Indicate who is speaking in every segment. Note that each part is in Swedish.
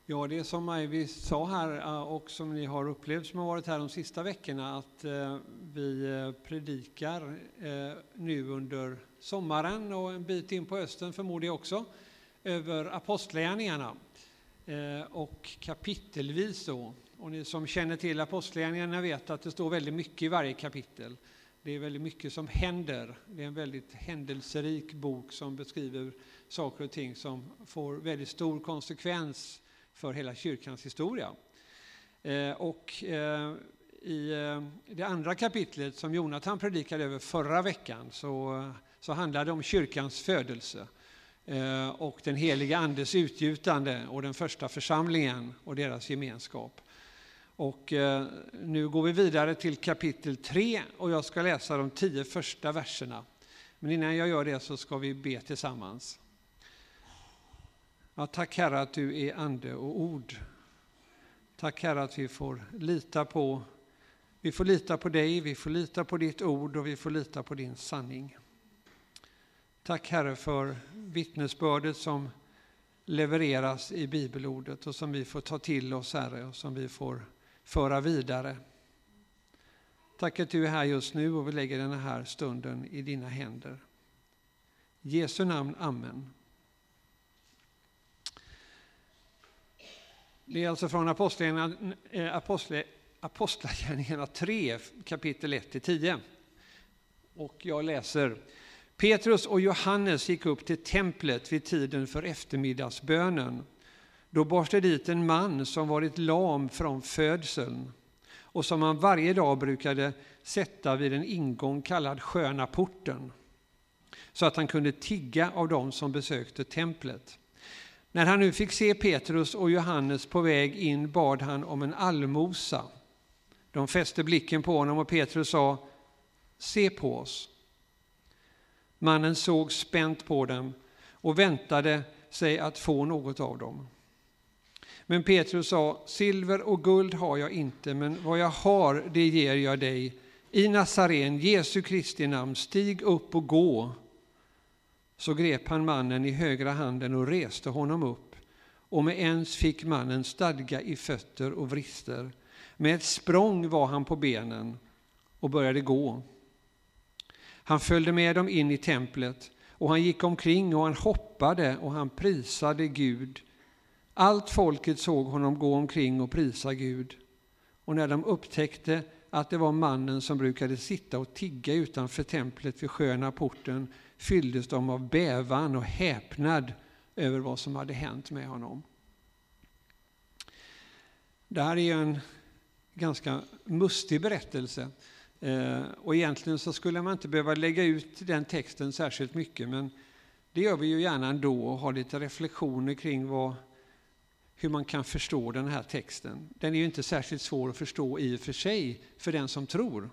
Speaker 1: Ja, det är som vi sa här och som ni har upplevt som har varit här de sista veckorna, att vi predikar nu under sommaren och en bit in på hösten förmodar jag också, över apostlagärningarna och kapitelvis då. Och ni som känner till apostlagärningarna vet att det står väldigt mycket i varje kapitel. Det är väldigt mycket som händer. Det är en väldigt händelserik bok som beskriver saker och ting som får väldigt stor konsekvens för hela kyrkans historia. I det andra kapitlet som Jonathan predikade över förra veckan så handlade det om kyrkans födelse och den heliga andes utgjutande och den första församlingen och deras gemenskap. Och nu går vi vidare till kapitel 3 och jag ska läsa de 10 första verserna. Men innan jag gör det så ska vi be tillsammans. Ja, tack Herre att du är ande och ord. Tack Herre att vi får lita på dig, vi får lita på ditt ord och vi får lita på din sanning. Tack Herre för vittnesbördet som levereras i bibelordet och som vi får ta till oss Herre och som vi får föra vidare. Tack att du är här just nu och vi lägger den här stunden i dina händer. I Jesu namn, amen. Det är alltså från Apostlagärningarna 3, kapitel 1-10. Och jag läser. Petrus och Johannes gick upp till templet vid tiden för eftermiddagsbönen. Då bars det dit en man som varit lam från födseln och som han varje dag brukade sätta vid en ingång kallad Sköna porten, så att han kunde tigga av dem som besökte templet. När han nu fick se Petrus och Johannes på väg in bad han om en allmosa. De fäste blicken på honom och Petrus sa, se på oss. Mannen såg spänt på dem och väntade sig att få något av dem. Men Petrus sa, silver och guld har jag inte, men vad jag har det ger jag dig. I Nazaren, Jesu Kristi namn, stig upp och gå. Så grep han mannen i högra handen och reste honom upp. Och med ens fick mannen stadga i fötter och vrister. Med ett språng var han på benen och började gå. Han följde med dem in i templet och han gick omkring och han hoppade och han prisade Gud. Allt folket såg honom gå omkring och prisa Gud. Och när de upptäckte att det var mannen som brukade sitta och tigga utanför templet vid Sköna porten, fylldes de av bävan och häpnad över vad som hade hänt med honom. Det här är en ganska mustig berättelse. Och egentligen så skulle man inte behöva lägga ut den texten särskilt mycket, men det gör vi ju gärna ändå och har lite reflektioner kring hur man kan förstå den här texten. Den är ju inte särskilt svår att förstå i och för sig för den som tror.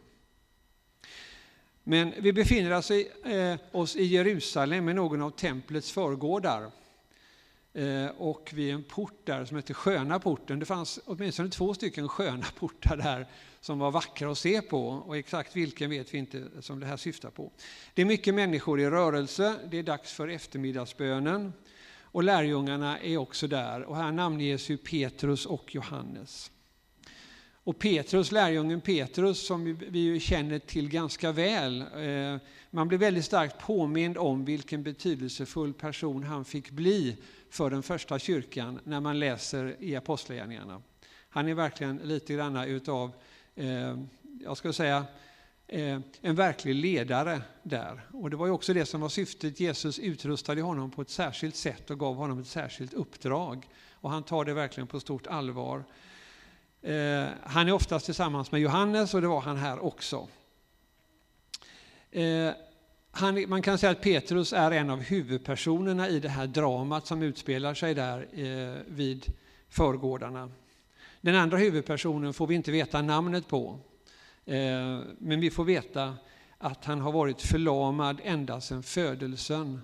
Speaker 1: Men vi befinner oss i Jerusalem med någon av templets förgårdar. Och vid en port där som heter Sköna porten. Det fanns åtminstone 2 sköna portar där som var vackra att se på. Och exakt vilken vet vi inte som det här syftar på. Det är mycket människor i rörelse. Det är dags för eftermiddagsbönen. Och lärjungarna är också där. Och här namnges ju Petrus och Johannes. Och Petrus, lärjungen Petrus, som vi ju känner till ganska väl. Man blir väldigt starkt påmind om vilken betydelsefull person han fick bli för den första kyrkan när man läser i apostlagärningarna. Han är verkligen lite grann utav, en verklig ledare där. Och det var ju också det som var syftet. Jesus utrustade honom på ett särskilt sätt och gav honom ett särskilt uppdrag. Och han tar det verkligen på stort allvar. Han är oftast tillsammans med Johannes och det var han här också. Man kan säga att Petrus är en av huvudpersonerna i det här dramat som utspelar sig där vid förgårdarna. Den andra huvudpersonen får vi inte veta namnet på. Men vi får veta att han har varit förlamad ända sedan födelsen.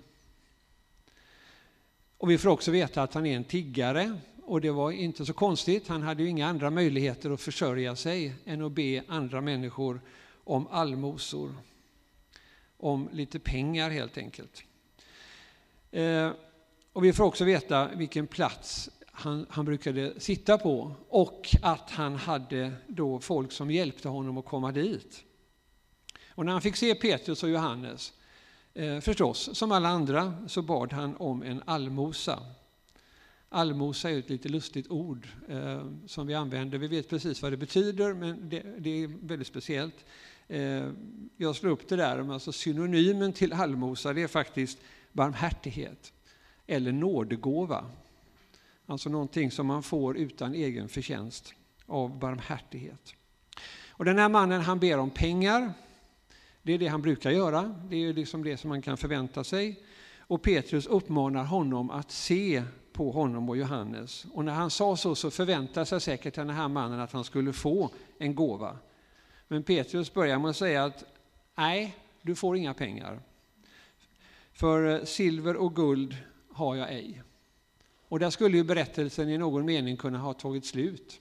Speaker 1: Och vi får också veta att han är en tiggare. Och det var inte så konstigt. Han hade ju inga andra möjligheter att försörja sig än att be andra människor om allmosor. Om lite pengar helt enkelt. Och vi får också veta vilken plats han brukade sitta på, och att han hade då folk som hjälpte honom att komma dit. Och när han fick se Petrus och Johannes, förstås som alla andra, så bad han om en allmosa. Allmosa är ett lite lustigt ord som vi använder. Vi vet precis vad det betyder, men det är väldigt speciellt. Jag slår upp det där. Alltså synonymen till allmosa, det är faktiskt barmhärtighet eller nådegåva. Alltså någonting som man får utan egen förtjänst av barmhärtighet. Och den här mannen, han ber om pengar. Det är det han brukar göra. Det är liksom det som man kan förvänta sig. Och Petrus uppmanar honom att se på honom och Johannes. Och när han sa så förväntade sig säkert den här mannen att han skulle få en gåva. Men Petrus börjar med att säga att nej, du får inga pengar. För silver och guld har jag ej. Och där skulle ju berättelsen i någon mening kunna ha tagit slut.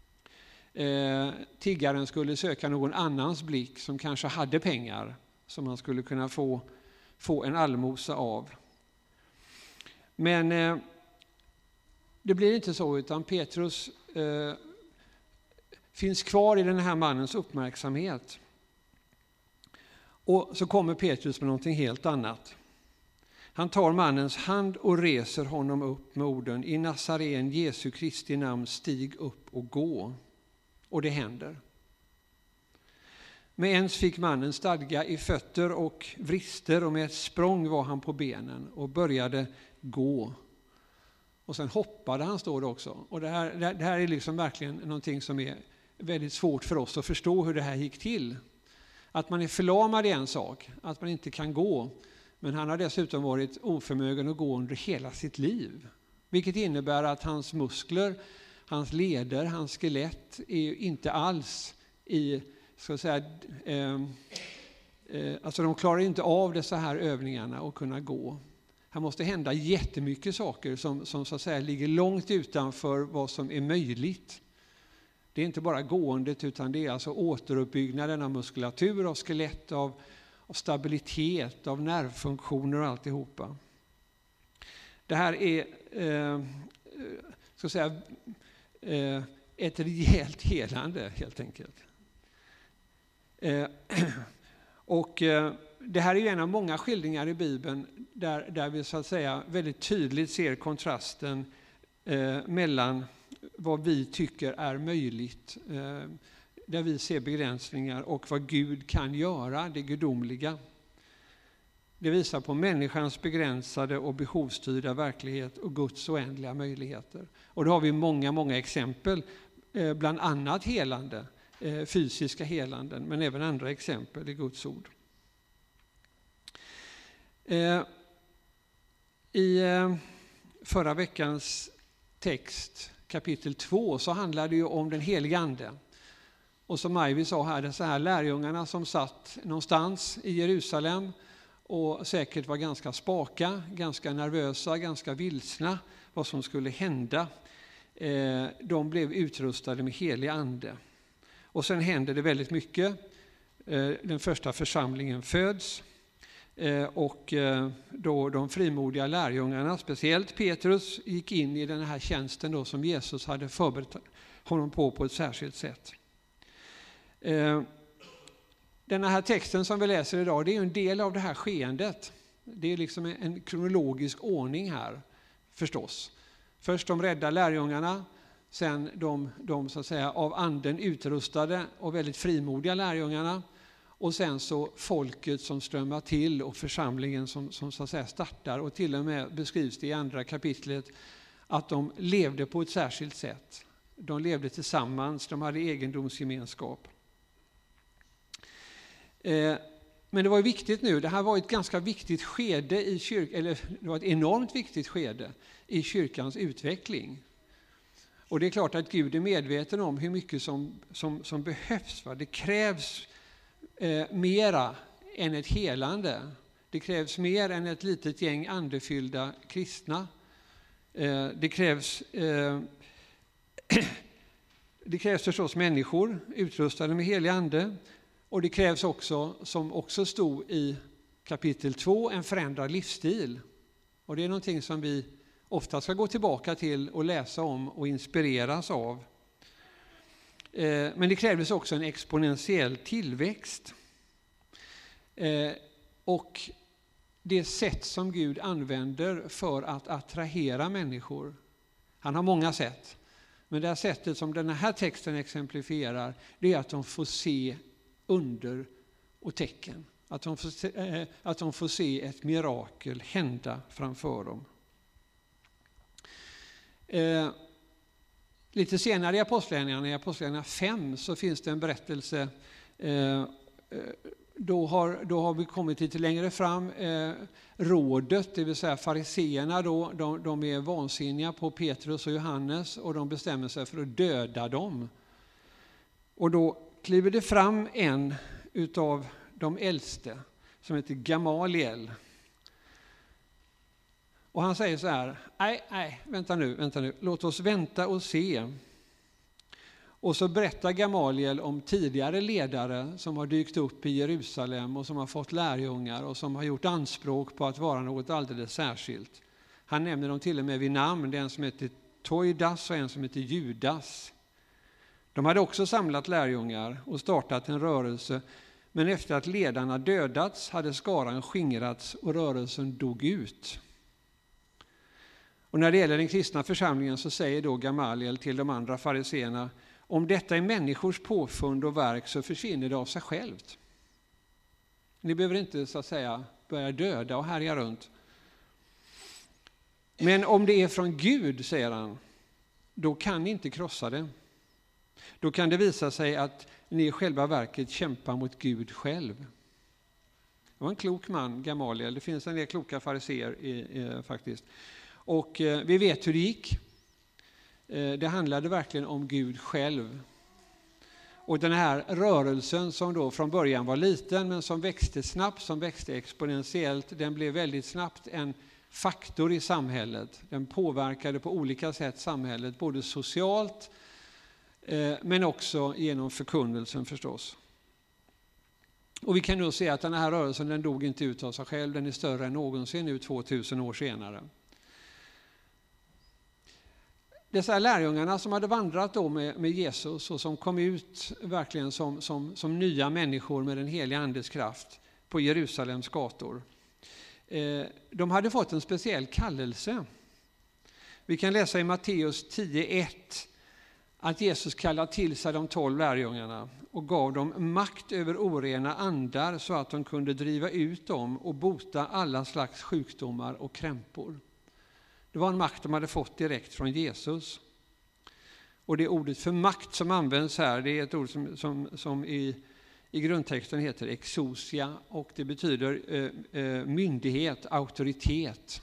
Speaker 1: Tiggaren skulle söka någon annans blick som kanske hade pengar som han skulle kunna få en allmosa av. Men det blir inte så, utan Petrus finns kvar i den här mannens uppmärksamhet. Och så kommer Petrus med någonting helt annat. Han tar mannens hand och reser honom upp med orden: i Nazaren Jesu Kristi namn, stig upp och gå. Och det händer. Med ens fick mannen stadga i fötter och vrister, och med ett språng var han på benen och började gå. Och sen hoppade han, står det också. Och det här är liksom verkligen någonting som är väldigt svårt för oss att förstå hur det här gick till. Att man är förlamad i en sak, att man inte kan gå. Men han har dessutom varit oförmögen att gå under hela sitt liv. Vilket innebär att hans muskler, hans leder, hans skelett är inte alls i, ska jag säga, alltså de klarar inte av dessa här övningarna och kunna gå. Här måste hända jättemycket saker som så att säga ligger långt utanför vad som är möjligt. Det är inte bara gåendet, utan det är alltså återuppbyggnaden av muskulatur, av skelett, av stabilitet, av nervfunktioner och alltihopa. Det här är ska jag säga, ett rejält helande helt enkelt. Och det här är en av många skildringar i Bibeln där vi så att säga väldigt tydligt ser kontrasten mellan vad vi tycker är möjligt, där vi ser begränsningar, och vad Gud kan göra, det gudomliga. Det visar på människans begränsade och behovsstyrda verklighet och Guds oändliga möjligheter. Och då har vi många exempel, bland annat helande, fysiska helanden, men även andra exempel i Guds ord. I förra veckans text, kapitel 2, så handlar det ju om den helige ande. Och som Majvi sa här, så här lärjungarna som satt någonstans i Jerusalem och säkert var ganska spaka, ganska nervösa, ganska vilsna vad som skulle hända. De blev utrustade med helig ande. Och sen hände det väldigt mycket. Den första församlingen föds. Och då de frimodiga lärjungarna, speciellt Petrus, gick in i den här tjänsten då som Jesus hade förberett honom på ett särskilt sätt. Den här texten som vi läser idag, det är en del av det här skeendet. Det är liksom en kronologisk ordning här, förstås. Först de rädda lärjungarna, sen de så att säga av anden utrustade och väldigt frimodiga lärjungarna, och sen så folket som strömmar till och församlingen som så att säga startar, och till och med beskrivs det i andra kapitlet att de levde på ett särskilt sätt. De levde tillsammans, de hade egendomsgemenskap. Men det var ju viktigt nu, det här var ett ganska viktigt skede i kyrkan, eller det var ett enormt viktigt skede i kyrkans utveckling. Och det är klart att Gud är medveten om hur mycket som behövs. Va? Det krävs mera än ett helande. Det krävs mer än ett litet gäng andefyllda kristna. Det krävs förstås människor utrustade med helig ande. Och det krävs också, som också stod i kapitel 2, en förändrad livsstil. Och det är någonting som vi ofta ska gå tillbaka till och läsa om och inspireras av. Men det krävdes också en exponentiell tillväxt. Och det sätt som Gud använder för att attrahera människor, han har många sätt. Men det här sättet som den här texten exemplifierar, det är att de får se under och tecken. Att de får se ett mirakel hända framför dem. Lite senare i Apostlagärningarna 5, så finns det en berättelse. Då har vi kommit lite längre fram. Rådet, det vill säga fariseerna, de är vansinniga på Petrus och Johannes och de bestämmer sig för att döda dem. Och då kliver det fram en utav de äldste som heter Gamaliel. Och han säger så här: nej, vänta nu, låt oss vänta och se. Och så berättar Gamaliel om tidigare ledare som har dykt upp i Jerusalem och som har fått lärjungar och som har gjort anspråk på att vara något alldeles särskilt. Han nämner dem till och med vid namn, det är en som heter Toidas och en som heter Judas. De hade också samlat lärjungar och startat en rörelse, men efter att ledarna dödats hade skaran skingrats och rörelsen dog ut. Och när det gäller den kristna församlingen så säger då Gamaliel till de andra fariseerna: om detta är människors påfund och verk så försvinner det av sig självt. Ni behöver inte så att säga börja döda och härja runt. Men om det är från Gud, säger han, då kan ni inte krossa det. Då kan det visa sig att ni i själva verket kämpar mot Gud själv. Det var en klok man, Gamaliel. Det finns en del kloka fariseer faktiskt. Och vi vet hur det gick. Det handlade verkligen om Gud själv. Och den här rörelsen som då från början var liten men som växte snabbt, som växte exponentiellt, den blev väldigt snabbt en faktor i samhället. Den påverkade på olika sätt samhället, både socialt men också genom förkunnelsen förstås. Och vi kan nu se att den här rörelsen, den dog inte ut av sig själv, den är större än någonsin nu 2000 år senare. Dessa lärjungarna som hade vandrat då med Jesus och som kom ut verkligen som nya människor med den heliga andes kraft på Jerusalems gator. De hade fått en speciell kallelse. Vi kan läsa i Matteus 10:1 att Jesus kallade till sig de 12 lärjungarna och gav dem makt över orena andar så att de kunde driva ut dem och bota alla slags sjukdomar och krämpor. Det var en makt de hade fått direkt från Jesus. Och det ordet för makt som används här, det är ett ord som i grundtexten heter exousia, och det betyder myndighet, auktoritet.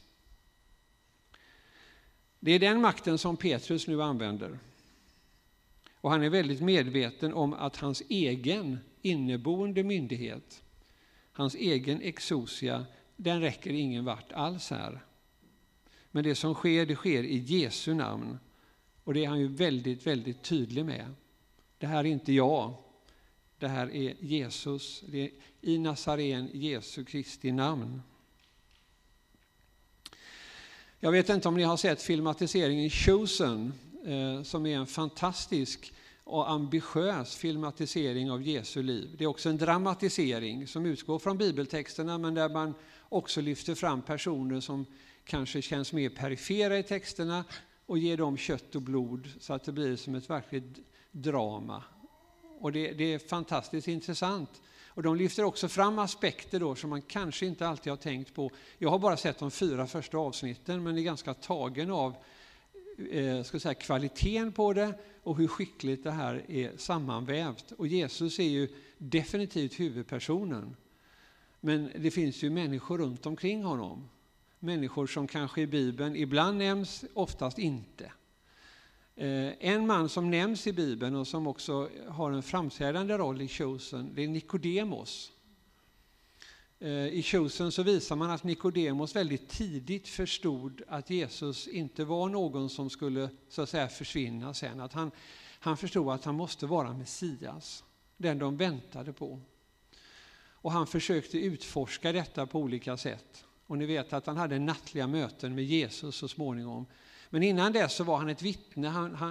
Speaker 1: Det är den makten som Petrus nu använder. Och han är väldigt medveten om att hans egen inneboende myndighet, hans egen exousia, den räcker ingen vart alls här. Men det som sker, det sker i Jesu namn. Och det är han ju väldigt, väldigt tydlig med. Det här är inte jag. Det här är Jesus. Det är i Nazaren, Jesu Kristi namn. Jag vet inte om ni har sett filmatiseringen Chosen, som är en fantastisk och ambitiös filmatisering av Jesu liv. Det är också en dramatisering som utgår från bibeltexterna, men där man också lyfter fram personer som kanske känns mer perifera i texterna och ger dem kött och blod så att det blir som ett verkligt drama. Och det är fantastiskt intressant. Och de lyfter också fram aspekter då som man kanske inte alltid har tänkt på. Jag har bara sett de 4 första avsnitten, men är ganska tagen av kvaliteten på det och hur skickligt det här är sammanvävt. Och Jesus är ju definitivt huvudpersonen. Men det finns ju människor runt omkring honom. Människor som kanske i Bibeln ibland nämns, oftast inte. En man som nämns i Bibeln och som också har en framträdande roll i Chosen, det är Nikodemos. I Chosen så visar man att Nikodemos väldigt tidigt förstod att Jesus inte var någon som skulle så att säga försvinna sen. Att han förstod att han måste vara Messias, den de väntade på. Och han försökte utforska detta på olika sätt. Och ni vet att han hade nattliga möten med Jesus så småningom. Men innan dess så var han ett vittne.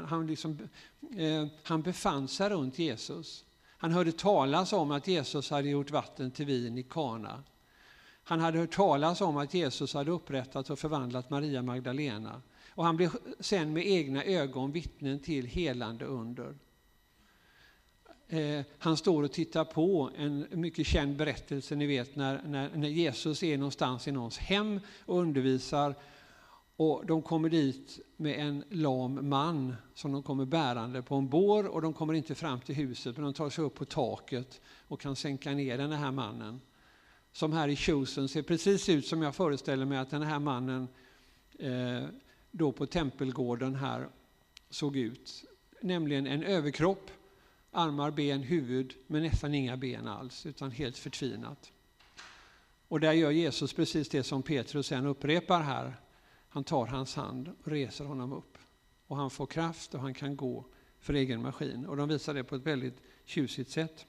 Speaker 1: Han befann sig runt Jesus. Han hörde talas om att Jesus hade gjort vatten till vin i Kana. Han hade hört talas om att Jesus hade upprättat och förvandlat Maria Magdalena. Och han blev sen med egna ögon vittnen till helande under. Han står och tittar på en mycket känd berättelse, ni vet, när Jesus är någonstans i någons hem och undervisar. Och de kommer dit med en lam man som de kommer bärande på en bår, och de kommer inte fram till huset, men de tar sig upp på taket och kan sänka ner den här mannen. Som här i Chosen ser precis ut som jag föreställer mig att den här mannen då på tempelgården här såg ut. Nämligen en överkropp, armar, ben, huvud, men nästan inga ben alls, utan helt förtvinat. Och där gör Jesus precis det som Petrus sen upprepar här. Han tar hans hand och reser honom upp. Och han får kraft och han kan gå för egen maskin. Och de visar det på ett väldigt tjusigt sätt.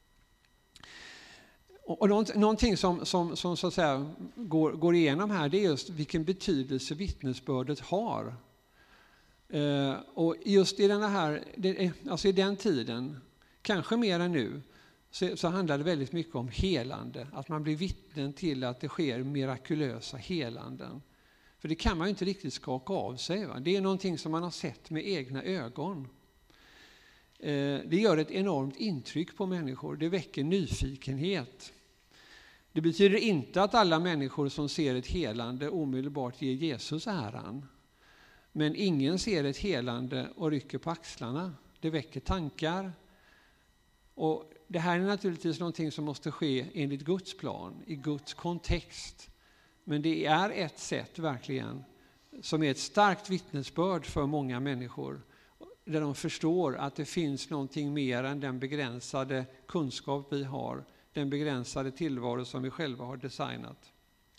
Speaker 1: Och någonting som så att säga går igenom här, det är just vilken betydelse vittnesbördet har. Och just i i den tiden, kanske mer än nu, så handlar det väldigt mycket om helande. Att man blir vittnen till att det sker mirakulösa helanden. För det kan man ju inte riktigt skaka av sig. Va? Det är någonting som man har sett med egna ögon. Det gör ett enormt intryck på människor. Det väcker nyfikenhet. Det betyder inte att alla människor som ser ett helande omedelbart ger Jesus äran. Men ingen ser ett helande och rycker på axlarna. Det väcker tankar. Och det här är naturligtvis någonting som måste ske enligt Guds plan, i Guds kontext. Men det är ett sätt verkligen som är ett starkt vittnesbörd för många människor. Där de förstår att det finns någonting mer än den begränsade kunskap vi har. Den begränsade tillvaro som vi själva har designat.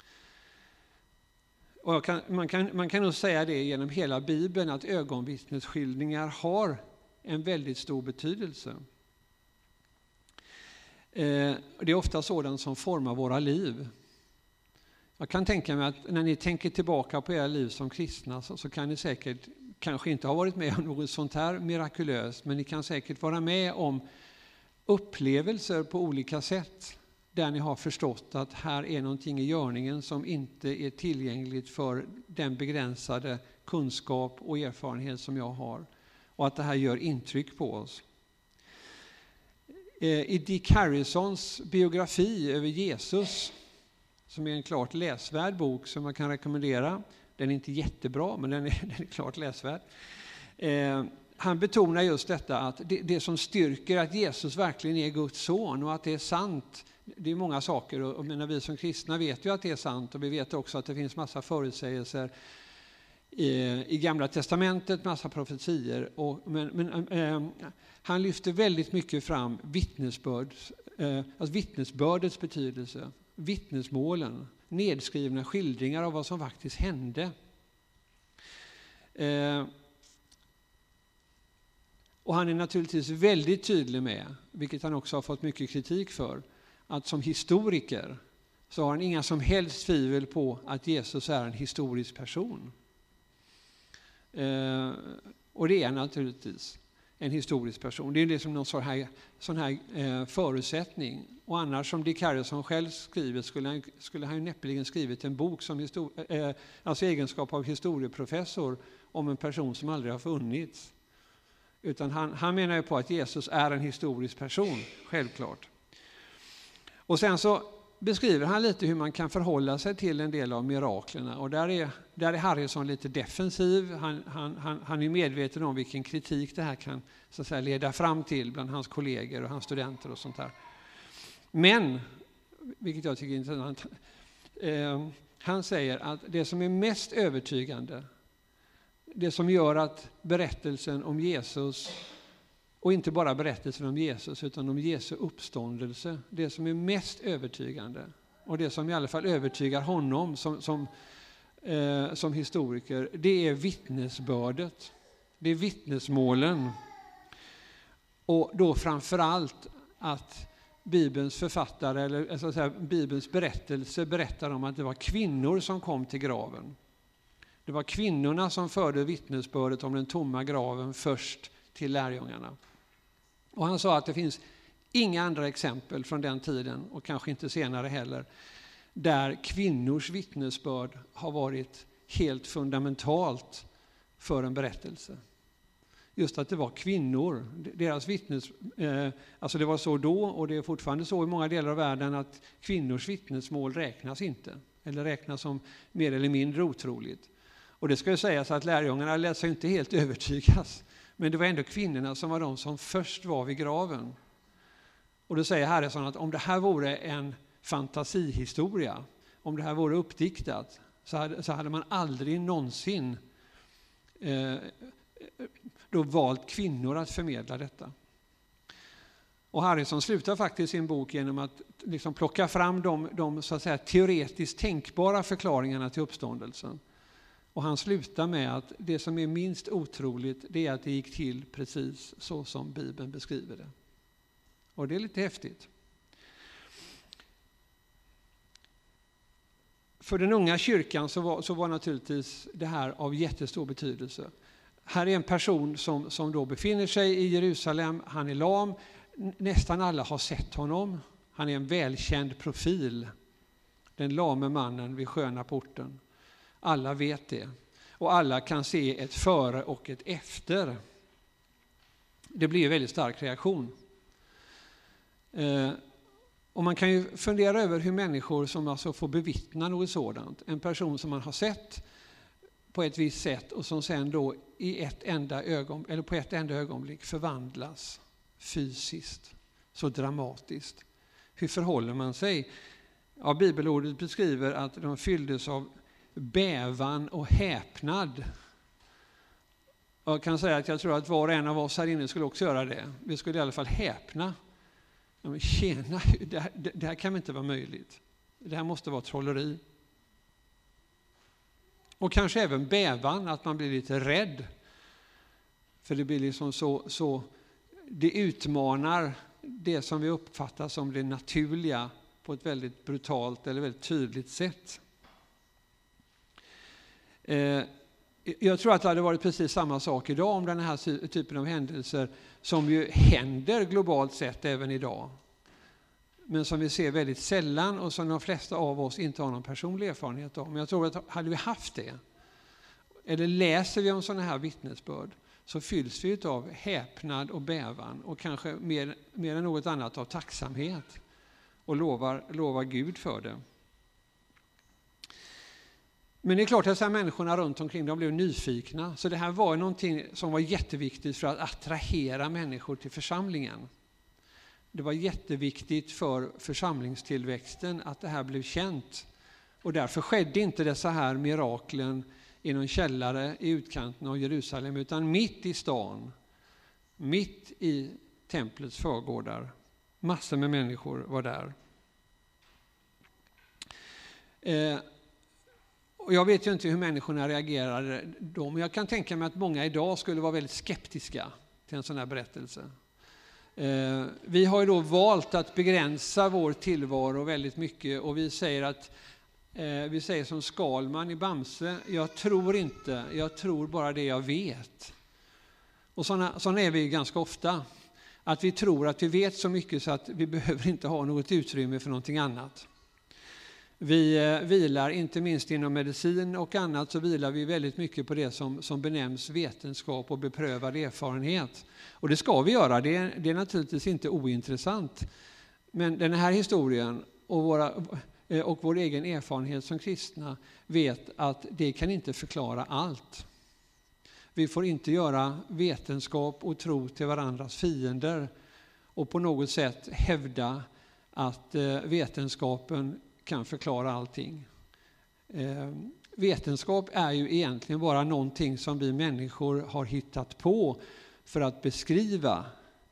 Speaker 1: Och man kan nog säga det genom hela Bibeln att ögonvittnesskildringar har en väldigt stor betydelse. Det är ofta sådant som formar våra liv. Jag kan tänka mig att när ni tänker tillbaka på era liv som kristna så kan ni säkert kanske inte ha varit med om något sånt här mirakulöst, men ni kan säkert vara med om upplevelser på olika sätt där ni har förstått att här är någonting i görningen som inte är tillgängligt för den begränsade kunskap och erfarenhet som jag har, och att det här gör intryck på oss. I Dick Harrisons biografi över Jesus, som är en klart läsvärd bok som man kan rekommendera. Den är inte jättebra, men den är klart läsvärd. Han betonar just detta att det som styrker att Jesus verkligen är Guds son och att det är sant. Det är många saker, och när vi som kristna vet ju att det är sant, och vi vet också att det finns massa förutsägelser i Gamla testamentet, massa profetier. Men han lyfter väldigt mycket fram vittnesbördets betydelse. Vittnesmålen, nedskrivna skildringar av vad som faktiskt hände. Och han är naturligtvis väldigt tydlig med, vilket han också har fått mycket kritik för, att som historiker så har han inga som helst tvivel på att Jesus är en historisk person. Och det är naturligtvis en historisk person. Det är liksom någon sån här förutsättning. Och annars, som Dick Harrison själv skriver, skulle han ju näppeligen skrivit en bok som alltså egenskap av historieprofessor om en person som aldrig har funnits. Utan han menar ju på att Jesus är en historisk person, självklart. Och sen så beskriver han lite hur man kan förhålla sig till en del av miraklerna. Och där är Harrison lite defensiv. Han är medveten om vilken kritik det här kan så att säga leda fram till bland hans kollegor och hans studenter och sånt där. Men, vilket jag tycker är intressant, han säger att det som är mest övertygande, det som gör att berättelsen om Jesus, och inte bara berättelsen om Jesus utan om Jesu uppståndelse, det som är mest övertygande och det som i alla fall övertygar honom som historiker, det är vittnesbördet. Det är vittnesmålen. Och då framförallt att Bibelns författare, eller så att säga, Bibelns berättelse berättar om att det var kvinnor som kom till graven. Det var kvinnorna som förde vittnesbördet om den tomma graven först till lärjungarna. Och han sa att det finns inga andra exempel från den tiden, och kanske inte senare heller, där kvinnors vittnesbörd har varit helt fundamentalt för en berättelse. Just att det var kvinnor, deras alltså det var så då, och det är fortfarande så i många delar av världen, att kvinnors vittnesmål räknas inte, eller räknas som mer eller mindre otroligt. Och det ska ju sägas att lärjungarna lät sig inte helt övertygas, men det var ändå kvinnorna som var de som först var vid graven. Och då säger Harrison att om det här vore en fantasihistoria, om det här vore uppdiktat, så hade man aldrig någonsin då valt kvinnor att förmedla detta. Och Harrison slutar faktiskt sin bok genom att liksom plocka fram de så att säga, teoretiskt tänkbara förklaringarna till uppståndelsen. Och han slutar med att det som är minst otroligt, det är att det gick till precis så som Bibeln beskriver det. Och det är lite häftigt. För den unga kyrkan så var naturligtvis det här av jättestor betydelse. Här är en person som då befinner sig i Jerusalem. Han är lam. Nästan alla har sett honom. Han är en välkänd profil. Den lame mannen vid sköna porten. Alla vet det. Och alla kan se ett före och ett efter. Det blir en väldigt stark reaktion. Och man kan ju fundera över hur människor som alltså får bevittna något sådant, en person som man har sett på ett visst sätt och som sen då på ett enda ögonblick förvandlas fysiskt, så dramatiskt. Hur förhåller man sig? Ja, bibelordet beskriver att de fylldes av bävan och häpnad. Jag kan säga att jag tror att var och en av oss här inne skulle också göra det. Vi skulle i alla fall häpna. Ja, men tjena, det här kan inte vara möjligt. Det här måste vara trolleri. Och kanske även bävan, att man blir lite rädd. För det blir liksom så det utmanar det som vi uppfattar som det naturliga på ett väldigt brutalt eller väldigt tydligt sätt. Jag tror att det hade varit precis samma sak idag om den här typen av händelser som ju händer globalt sett även idag. Men som vi ser väldigt sällan och som de flesta av oss inte har någon personlig erfarenhet av. Men jag tror att hade vi haft det, eller läser vi om sådana här vittnesbörd, så fylls vi av häpnad och bävan och kanske mer än något annat av tacksamhet och lovar Gud för det. Men det är klart att dessa människorna runt omkring de blev nyfikna. Så det här var någonting som var jätteviktigt för att attrahera människor till församlingen. Det var jätteviktigt för församlingstillväxten att det här blev känt. Och därför skedde inte dessa här miraklen i någon källare i utkanten av Jerusalem, utan mitt i stan, mitt i templets förgårdar. Massor med människor var där. Och jag vet ju inte hur människorna reagerade då, men jag kan tänka mig att många idag skulle vara väldigt skeptiska till en sån här berättelse. Vi har ju då valt att begränsa vår tillvaro väldigt mycket, och vi säger som Skalman i Bamse: jag tror inte, jag tror bara det jag vet. Och såna är vi ganska ofta, att vi tror att vi vet så mycket så att vi behöver inte ha något utrymme för någonting annat. Vi vilar, inte minst inom medicin och annat, så vilar vi väldigt mycket på det som benämns vetenskap och beprövad erfarenhet. Och det ska vi göra, det är naturligtvis inte ointressant. Men den här historien och vår egen erfarenhet som kristna vet att det kan inte förklara allt. Vi får inte göra vetenskap och tro till varandras fiender och på något sätt hävda att vetenskapen kan förklara allting. Vetenskap är ju egentligen bara någonting som vi människor har hittat på för att beskriva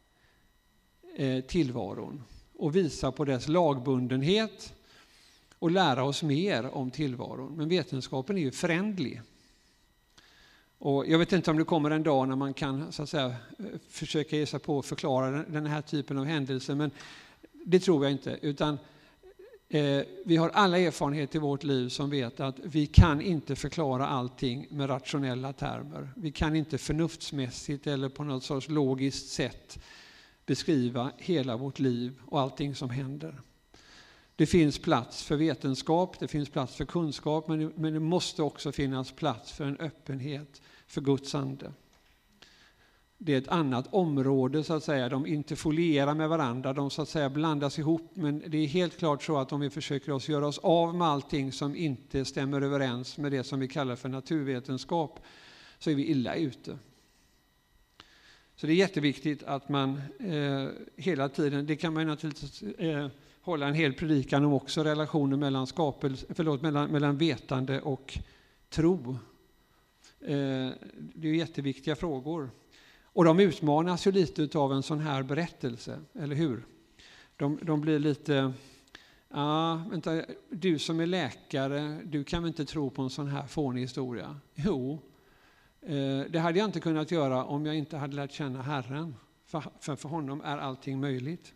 Speaker 1: tillvaron och visa på dess lagbundenhet och lära oss mer om tillvaron. Men vetenskapen är ju förändlig. Och jag vet inte om det kommer en dag när man kan så att säga försöka ge sig på att förklara den här typen av händelser, men Det tror jag inte, utan vi har alla erfarenhet i vårt liv som vet att vi kan inte förklara allting med rationella termer. Vi kan inte förnuftsmässigt eller på något sorts logiskt sätt beskriva hela vårt liv och allting som händer. Det finns plats för vetenskap, det finns plats för kunskap, men det måste också finnas plats för en öppenhet för Guds ande. Det är ett annat område så att säga, de interfolierar med varandra, de så att säga blandas ihop, men det är helt klart så att om vi försöker göra oss av med allting som inte stämmer överens med det som vi kallar för naturvetenskap, så är vi illa ute. Så det är jätteviktigt att man hela tiden, det kan man naturligtvis hålla en hel predikan om också, relationer mellan vetande och tro. Det är jätteviktiga frågor. Och de utmanas ju lite av en sån här berättelse, eller hur? De blir lite, vänta, du som är läkare, du kan väl inte tro på en sån här fånig historia? Jo, det hade jag inte kunnat göra om jag inte hade lärt känna Herren. För honom är allting möjligt.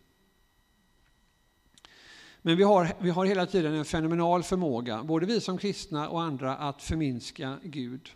Speaker 1: Men vi har hela tiden en fenomenal förmåga, både vi som kristna och andra, att förminska Gud.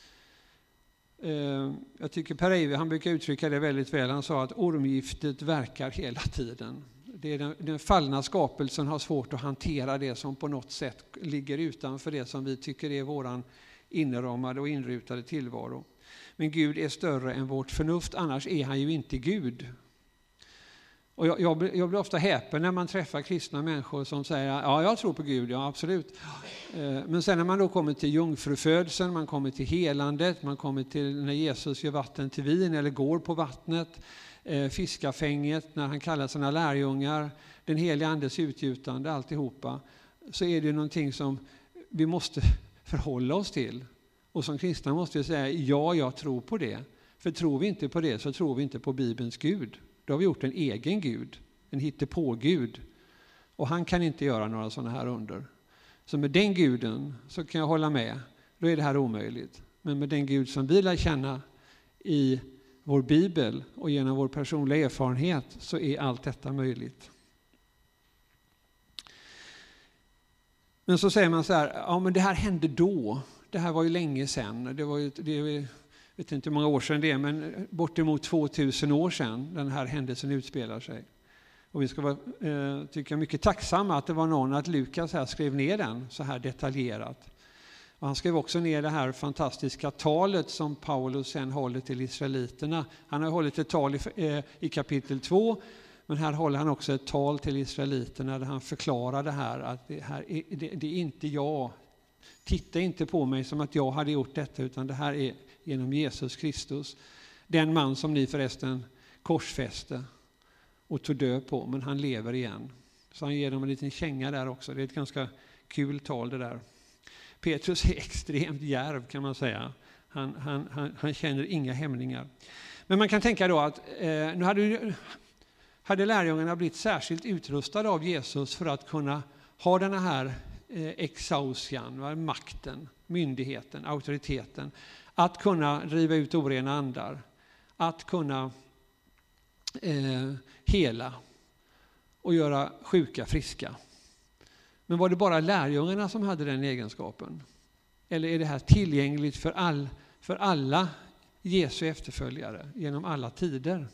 Speaker 1: Jag tycker Per Eive, han brukar uttrycka det väldigt väl. Han sa att ormgiftet verkar hela tiden. Det är den fallna skapelsen har svårt att hantera det som på något sätt ligger utanför det som vi tycker är våran inramade och inrutade tillvaro. Men Gud är större än vårt förnuft, annars är han ju inte Gud. Och jag blir ofta häpen när man träffar kristna människor som säger ja, jag tror på Gud, ja absolut. Men sen när man då kommer till jungfrufödseln, man kommer till helandet, man kommer till när Jesus gör vatten till vin eller går på vattnet, fiskafänget, när han kallar sina lärjungar, den heliga andes utgjutande, alltihopa, så är det någonting som vi måste förhålla oss till. Och som kristna måste vi säga ja, jag tror på det. För tror vi inte på det så tror vi inte på Bibelns Gud. Då har vi gjort en egen Gud, en hittepå-Gud. Och han kan inte göra några sådana här under. Så med den guden så kan jag hålla med, då är det här omöjligt. Men med den Gud som vi lär känna i vår Bibel och genom vår personliga erfarenhet så är allt detta möjligt. Men så säger man så här, ja men det här hände då. Det här var ju länge sedan. Det vet inte hur många år sedan det är, men bortemot 2000 år sedan den här händelsen utspelar sig. Och vi ska vara, tycker jag, mycket tacksamma att det var någon, att Lukas här skrev ner den så här detaljerat. Och han skrev också ner det här fantastiska talet som Paulus sen håller till israeliterna. Han har hållit ett tal i kapitel 2, men här håller han också ett tal till israeliterna där han förklarar det här, att det är inte jag. Titta inte på mig som att jag hade gjort detta, utan det här är genom Jesus Kristus. Den man som ni förresten korsfäste och tog död på, men han lever igen. Så han ger dem en liten känga där också. Det är ett ganska kul tal det där. Petrus är extremt djärv kan man säga. Han känner inga hämningar. Men man kan tänka då att nu hade lärjungarna blivit särskilt utrustade av Jesus för att kunna ha den här exausian, makten, myndigheten, auktoriteten, att kunna driva ut orena andar, att kunna hela och göra sjuka friska. Men var det bara lärjungarna som hade den egenskapen? Eller är det här tillgängligt för alla Jesu efterföljare genom alla tider?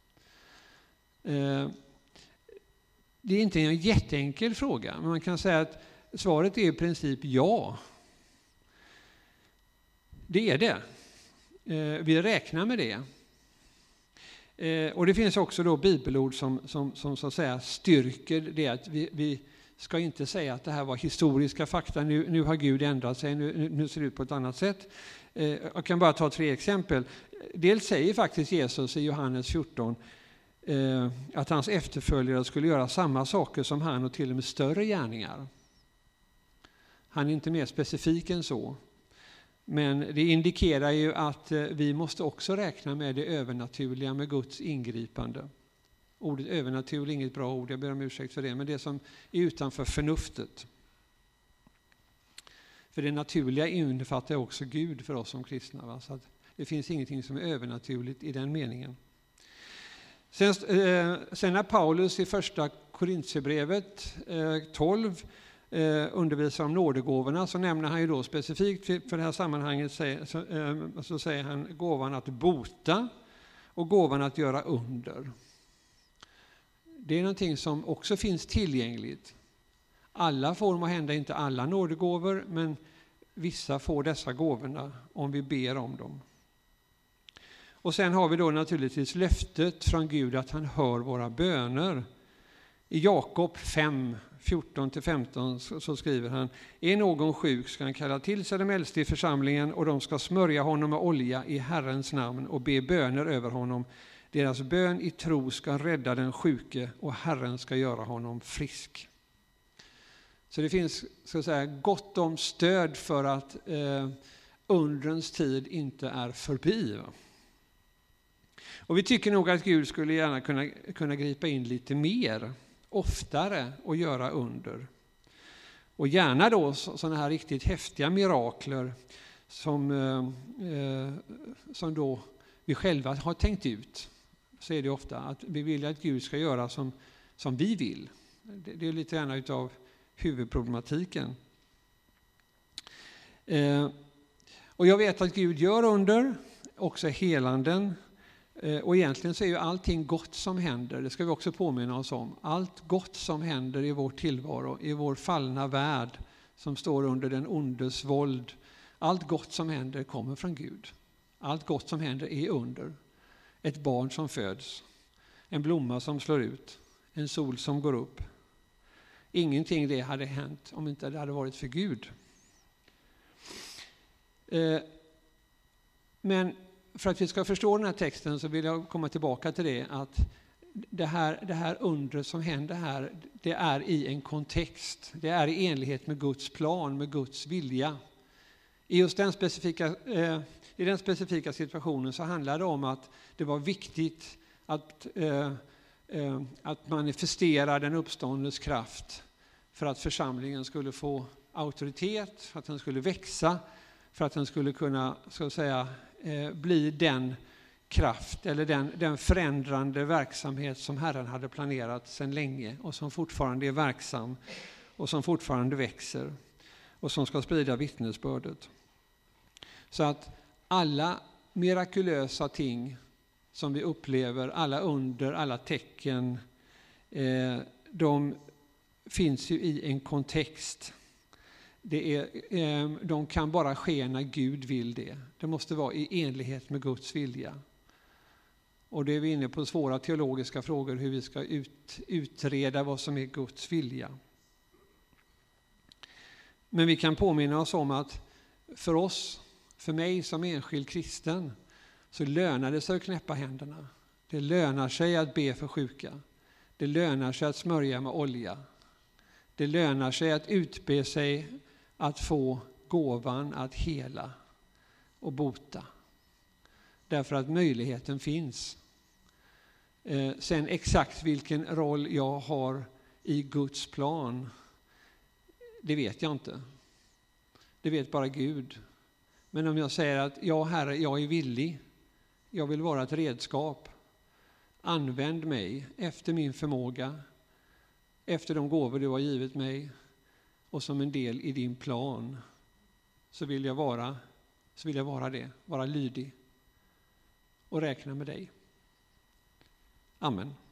Speaker 1: Det är inte en jätteenkel fråga, men man kan säga att svaret är i princip ja. Det är det. Vi räknar med det. Och det finns också då bibelord som så att säga styrker det, att vi ska inte säga att det här var historiska fakta, nu har Gud ändrat sig, nu ser det ut på ett annat sätt. Jag kan bara ta 3 exempel. Dels säger faktiskt Jesus i Johannes 14 att hans efterföljare skulle göra samma saker som han och till och med större gärningar. Han är inte mer specifik än så. Men det indikerar ju att vi måste också räkna med det övernaturliga, med Guds ingripande. Ordet övernaturlig är inget bra ord, jag ber om ursäkt för det, men det som är utanför förnuftet. För det naturliga innefattar också Gud för oss som kristna. Va? Så att det finns ingenting som är övernaturligt i den meningen. Sen när Paulus i första Korintierbrevet 12 undervisar om nådegåvorna, så nämner han ju då specifikt för det här sammanhanget, så säger han gåvan att bota och gåvan att göra under. Det är någonting som också finns tillgängligt. Alla får måhända inte alla nådegåvor, men vissa får dessa gåvorna om vi ber om dem. Och sen har vi då naturligtvis löftet från Gud att han hör våra böner. I Jakob 5, 14-15 så skriver han: är någon sjuk ska han kalla till sig de äldste i församlingen, och de ska smörja honom med olja i Herrens namn och be böner över honom. Deras bön i tro ska rädda den sjuke, och Herren ska göra honom frisk. Så det finns, ska jag säga, gott om stöd för att undrens tid inte är förbi. Och vi tycker nog att Gud skulle gärna kunna gripa in lite mer, oftare, och göra under. Och gärna då sådana här riktigt häftiga mirakler som då vi själva har tänkt ut. Så är det ofta att vi vill att Gud ska göra som vi vill. Det är lite grann utav huvudproblematiken. Och jag vet att Gud gör under, också helanden. Och egentligen så är ju allting gott som händer, det ska vi också påminna oss om. Allt gott som händer i vår tillvaro, i vår fallna värld som står under den ondes våld. Allt gott som händer kommer från Gud. Allt gott som händer är under. Ett barn som föds, en blomma som slår ut, en sol som går upp. Ingenting det hade hänt om inte det hade varit för Gud. Men för att vi ska förstå den här texten så vill jag komma tillbaka till det, att det här under som händer här, det är i en kontext. Det är i enlighet med Guds plan, med Guds vilja. I just den specifika situationen så handlar det om att det var viktigt att manifestera den uppståndes kraft för att församlingen skulle få auktoritet, för att den skulle växa, för att den skulle kunna, så att säga, bli den kraft eller den förändrande verksamhet som Herren hade planerat sedan länge och som fortfarande är verksam och som fortfarande växer och som ska sprida vittnesbördet. Så att alla mirakulösa ting som vi upplever, alla under, alla tecken, de finns ju i en kontext. De kan bara ske när Gud vill det. Det måste vara i enlighet med Guds vilja. Och det är vi inne på svåra teologiska frågor, hur vi ska utreda vad som är Guds vilja. Men vi kan påminna oss om att för mig som enskild kristen, så lönar det sig att knäppa händerna. Det lönar sig att be för sjuka. Det lönar sig att smörja med olja. Det lönar sig att utbe sig att få gåvan att hela och bota. Därför att möjligheten finns. Sen exakt vilken roll jag har i Guds plan, det vet jag inte. Det vet bara Gud. Men om jag säger att ja, Herre, jag är villig. Jag vill vara ett redskap. Använd mig efter min förmåga. Efter de gåvor du har givit mig. Och som en del i din plan. Så vill jag vara det. Vara lydig. Och räkna med dig. Amen.